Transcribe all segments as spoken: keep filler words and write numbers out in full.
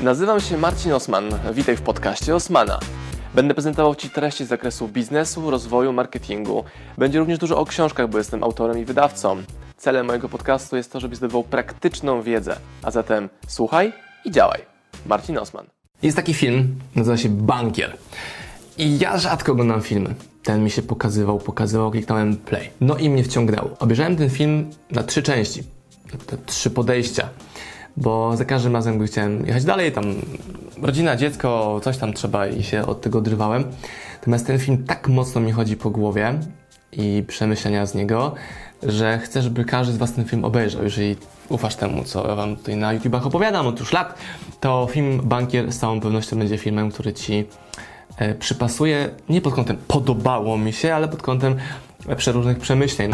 Nazywam się Marcin Osman. Witaj w podcaście Osmana. Będę prezentował Ci treści z zakresu biznesu, rozwoju, marketingu. Będzie również dużo o książkach, bo jestem autorem i wydawcą. Celem mojego podcastu jest to, żebyś zdobywał praktyczną wiedzę. A zatem słuchaj i działaj. Marcin Osman. Jest taki film, nazywa się Bankier. I ja rzadko oglądam filmy. Ten mi się pokazywał, pokazywał, kliknąłem play. No i mnie wciągnęło. Obejrzałem ten film na trzy części. Te trzy podejścia. Bo za każdym razem, gdy chciałem jechać dalej, tam rodzina, dziecko, coś tam trzeba i się od tego odrywałem. Natomiast ten film tak mocno mi chodzi po głowie i przemyślenia z niego, że chcę, żeby każdy z Was ten film obejrzał. Jeżeli ufasz temu, co ja Wam tutaj na YouTubach opowiadam od już lat, to film Bankier z całą pewnością będzie filmem, który Ci e, przypasuje, nie pod kątem podobało mi się, ale pod kątem przeróżnych przemyśleń.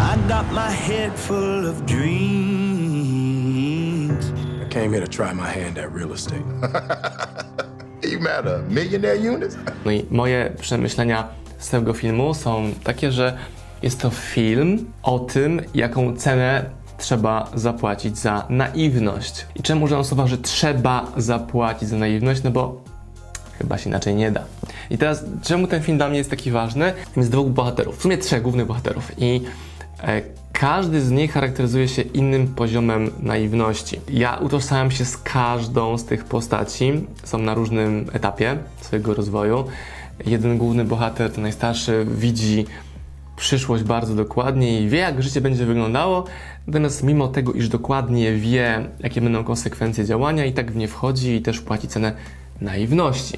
Came here to try my hand at real estate. You mad a millionaire Eunice? No i moje przemyślenia z tego filmu są takie, że jest to film o tym, jaką cenę trzeba zapłacić za naiwność. I czemu używam słowa, że trzeba zapłacić za naiwność? No bo chyba się inaczej nie da. I teraz, czemu ten film dla mnie jest taki ważny? Jest dwóch bohaterów, w sumie trzech głównych bohaterów. I e, każdy z nich charakteryzuje się innym poziomem naiwności. Ja utożsamiam się z każdą z tych postaci. Są na różnym etapie swojego rozwoju. Jeden główny bohater, ten najstarszy, widzi przyszłość bardzo dokładnie i wie, jak życie będzie wyglądało. Natomiast mimo tego, iż dokładnie wie, jakie będą konsekwencje działania, i tak w nie wchodzi i też płaci cenę naiwności.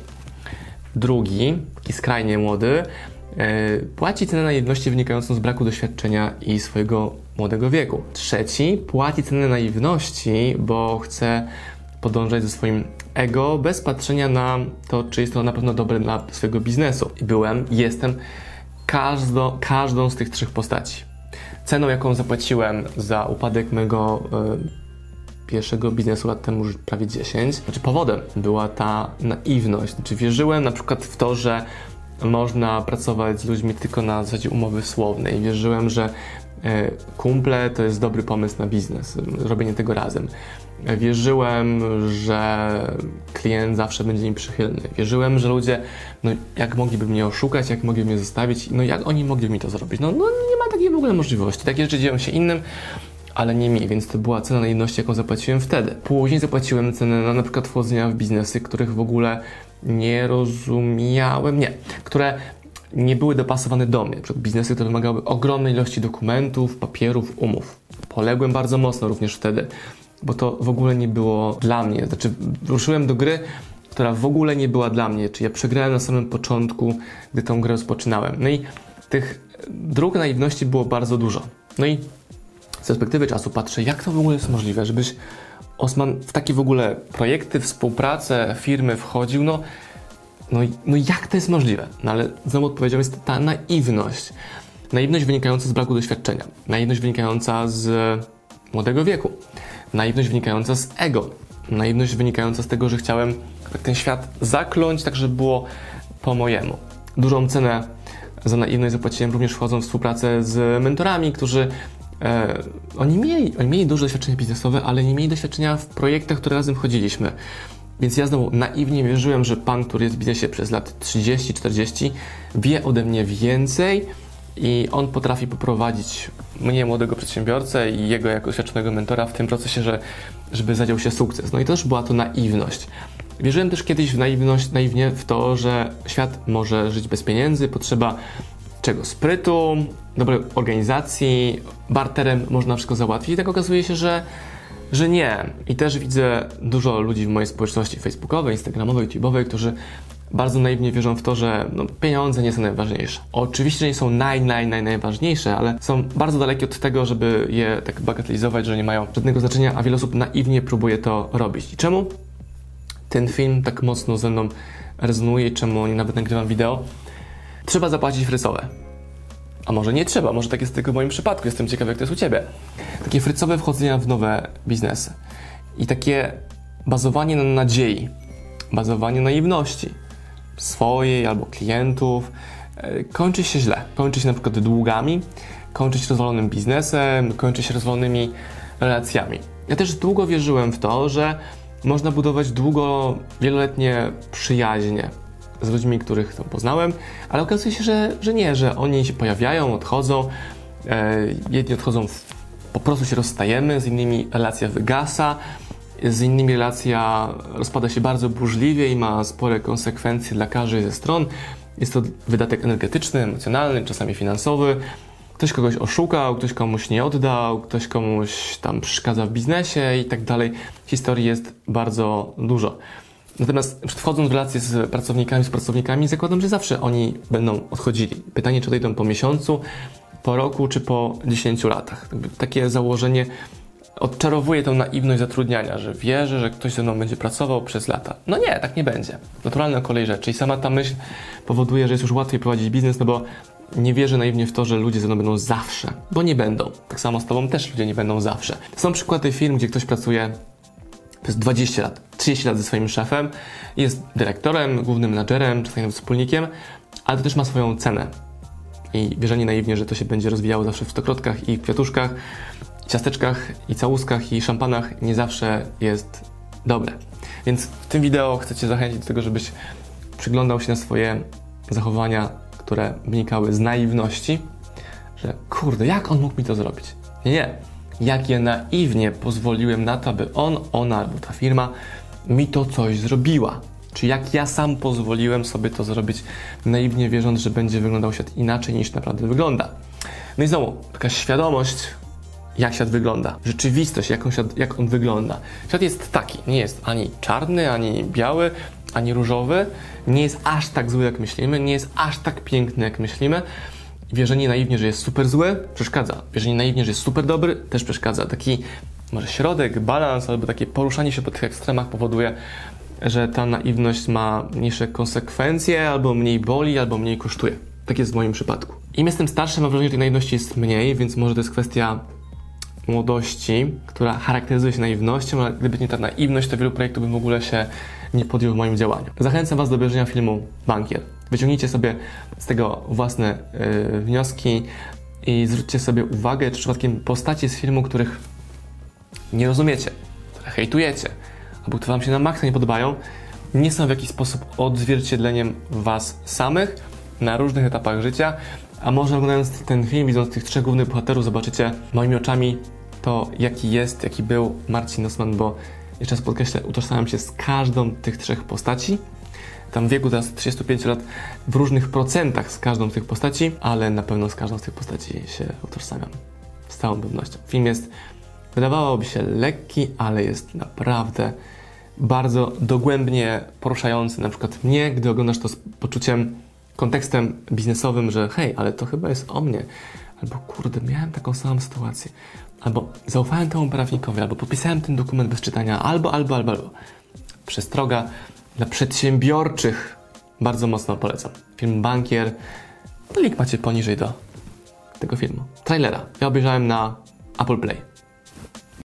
Drugi, taki skrajnie młody, płaci cenę naiwności wynikającą z braku doświadczenia i swojego młodego wieku. Trzeci płaci cenę naiwności, bo chce podążać ze swoim ego bez patrzenia na to, czy jest to na pewno dobre dla swojego biznesu. I byłem, jestem każdo, każdą z tych trzech postaci. Ceną, jaką zapłaciłem za upadek mego y, pierwszego biznesu lat temu, już prawie dziesięć, znaczy powodem była ta naiwność. Znaczy wierzyłem na przykład w to, że można pracować z ludźmi tylko na zasadzie umowy słownej. Wierzyłem, że e, kumple to jest dobry pomysł na biznes, robienie tego razem. Wierzyłem, że klient zawsze będzie mi przychylny. Wierzyłem, że ludzie, no jak mogliby mnie oszukać, jak mogliby mnie zostawić, no jak oni mogliby mi to zrobić? No, no nie ma takiej w ogóle możliwości. Takie rzeczy dzieją się innym, ale nie mi, więc to była cena naiwności, jaką zapłaciłem wtedy. Później zapłaciłem cenę na na przykład wchodzenia w biznesy, których w ogóle nie rozumiałem, nie, które nie były dopasowane do mnie. Biznesy, które wymagały ogromnej ilości dokumentów, papierów, umów. Poległem bardzo mocno również wtedy, bo to w ogóle nie było dla mnie. Znaczy, ruszyłem do gry, która w ogóle nie była dla mnie. Czyli ja przegrałem na samym początku, gdy tą grę rozpoczynałem. No i tych dróg naiwności było bardzo dużo. No i z perspektywy czasu patrzę, jak to w ogóle jest możliwe, żebyś Osman w takie w ogóle projekty, współpracę, firmy wchodził, no, no, no jak to jest możliwe? No ale znowu odpowiedzią jest ta naiwność. Naiwność wynikająca z braku doświadczenia. Naiwność wynikająca z młodego wieku. Naiwność wynikająca z ego. Naiwność wynikająca z tego, że chciałem ten świat zakląć tak, żeby było po mojemu. Dużą cenę za naiwność zapłaciłem również wchodząc w współpracę z mentorami, którzy E, oni, mieli, oni mieli duże doświadczenie biznesowe, ale nie mieli doświadczenia w projektach, które razem wchodziliśmy. Więc ja znowu naiwnie wierzyłem, że pan, który jest w biznesie przez lat trzydzieści czterdzieści, wie ode mnie więcej i on potrafi poprowadzić mnie, młodego przedsiębiorcę, i jego jako doświadczonego mentora w tym procesie, że, żeby zadział się sukces. No i też była to naiwność. Wierzyłem też kiedyś w naiwność, naiwnie w to, że świat może żyć bez pieniędzy, potrzeba czego? Sprytu, dobrej organizacji, barterem można wszystko załatwić. I tak okazuje się, że, że nie. I też widzę dużo ludzi w mojej społeczności facebookowej, instagramowej, youtube'owej, którzy bardzo naiwnie wierzą w to, że no, pieniądze nie są najważniejsze. Oczywiście nie są naj, naj, naj, najważniejsze, ale są bardzo dalekie od tego, żeby je tak bagatelizować, że nie mają żadnego znaczenia, a wiele osób naiwnie próbuje to robić. I czemu ten film tak mocno ze mną rezonuje i czemu nie nawet nagrywam wideo? Trzeba zapłacić frycowe. A może nie trzeba, może tak jest tylko w moim przypadku. Jestem ciekawy, jak to jest u Ciebie. Takie frycowe wchodzenia w nowe biznesy. I takie bazowanie na nadziei, bazowanie na naiwności swojej albo klientów, kończy się źle. Kończy się na przykład długami, kończy się rozwalonym biznesem, kończy się rozwalonymi relacjami. Ja też długo wierzyłem w to, że można budować długo, wieloletnie przyjaźnie z ludźmi, których tam poznałem, ale okazuje się, że, że nie, że oni się pojawiają, odchodzą, e, jedni odchodzą, w, po prostu się rozstajemy, z innymi relacja wygasa, z innymi relacja rozpada się bardzo burzliwie i ma spore konsekwencje dla każdej ze stron. Jest to wydatek energetyczny, emocjonalny, czasami finansowy. Ktoś kogoś oszukał, ktoś komuś nie oddał, ktoś komuś tam przeszkadza w biznesie i tak dalej. Historii jest bardzo dużo. Natomiast wchodząc w relacje z pracownikami, z pracownikami, zakładam, że zawsze oni będą odchodzili. Pytanie, czy odejdą po miesiącu, po roku, czy po dziesięciu latach. Takie założenie odczarowuje tą naiwność zatrudniania, że wierzę, że ktoś ze mną będzie pracował przez lata. No nie, tak nie będzie. Naturalna kolej rzeczy. I sama ta myśl powoduje, że jest już łatwiej prowadzić biznes, no bo nie wierzę naiwnie w to, że ludzie ze mną będą zawsze, bo nie będą. Tak samo z tobą też ludzie nie będą zawsze. Są przykłady firm, gdzie ktoś pracuje przez dwadzieścia lat, trzydzieści lat ze swoim szefem, jest dyrektorem, głównym menadżerem, czasami nawet wspólnikiem, ale to też ma swoją cenę. I wierzenie naiwnie, że to się będzie rozwijało zawsze w stokrotkach i kwiatuszkach, ciasteczkach i całuskach i szampanach nie zawsze jest dobre. Więc w tym wideo chcę Cię zachęcić do tego, żebyś przyglądał się na swoje zachowania, które wynikały z naiwności, że kurde, jak on mógł mi to zrobić? Nie, nie. Jak ja naiwnie pozwoliłem na to, aby on, ona albo ta firma mi to coś zrobiła. Czy jak ja sam pozwoliłem sobie to zrobić, naiwnie wierząc, że będzie wyglądał świat inaczej niż naprawdę wygląda. No i znowu, taka świadomość, jak świat wygląda. Rzeczywistość, jak on, świat, jak on wygląda. Świat jest taki, nie jest ani czarny, ani biały, ani różowy. Nie jest aż tak zły, jak myślimy. Nie jest aż tak piękny, jak myślimy. Wierzenie naiwnie, że jest super zły, przeszkadza. Wierzenie naiwnie, że jest super dobry, też przeszkadza. Taki może środek, balans, albo takie poruszanie się po tych ekstremach powoduje, że ta naiwność ma mniejsze konsekwencje, albo mniej boli, albo mniej kosztuje. Tak jest w moim przypadku. Im jestem starszy, mam wrażenie, że tej naiwności jest mniej, więc może to jest kwestia młodości, która charakteryzuje się naiwnością, ale gdyby nie ta naiwność, to wielu projektów bym w ogóle się nie podjął w moim działaniu. Zachęcam Was do obejrzenia filmu Bankier. Wyciągnijcie sobie z tego własne yy, wnioski i zwróćcie sobie uwagę, czy przypadkiem postacie z filmu, których nie rozumiecie, które hejtujecie, albo które Wam się na maksa nie podobają, nie są w jakiś sposób odzwierciedleniem Was samych na różnych etapach życia, a może oglądając ten film, widząc tych trzech głównych bohaterów, zobaczycie moimi oczami to, jaki jest, jaki był Marcin Osman, bo jeszcze raz podkreślę, utożsamiam się z każdą tych trzech postaci. Tam w wieku teraz trzydziestu pięciu lat w różnych procentach z każdą z tych postaci, ale na pewno z każdą z tych postaci się utożsamiam. Z całą pewnością. Film jest, wydawałoby się lekki, ale jest naprawdę bardzo dogłębnie poruszający. Na przykład mnie, gdy oglądasz to z poczuciem, kontekstem biznesowym, że hej, ale to chyba jest o mnie. Albo kurde, miałem taką samą sytuację. Albo zaufałem temu prawnikowi, albo podpisałem ten dokument bez czytania, albo, albo, albo, albo. Przestroga dla przedsiębiorczych. Bardzo mocno polecam. Film Bankier. Link macie poniżej do tego filmu. Trailera. Ja obejrzałem na Apple Play.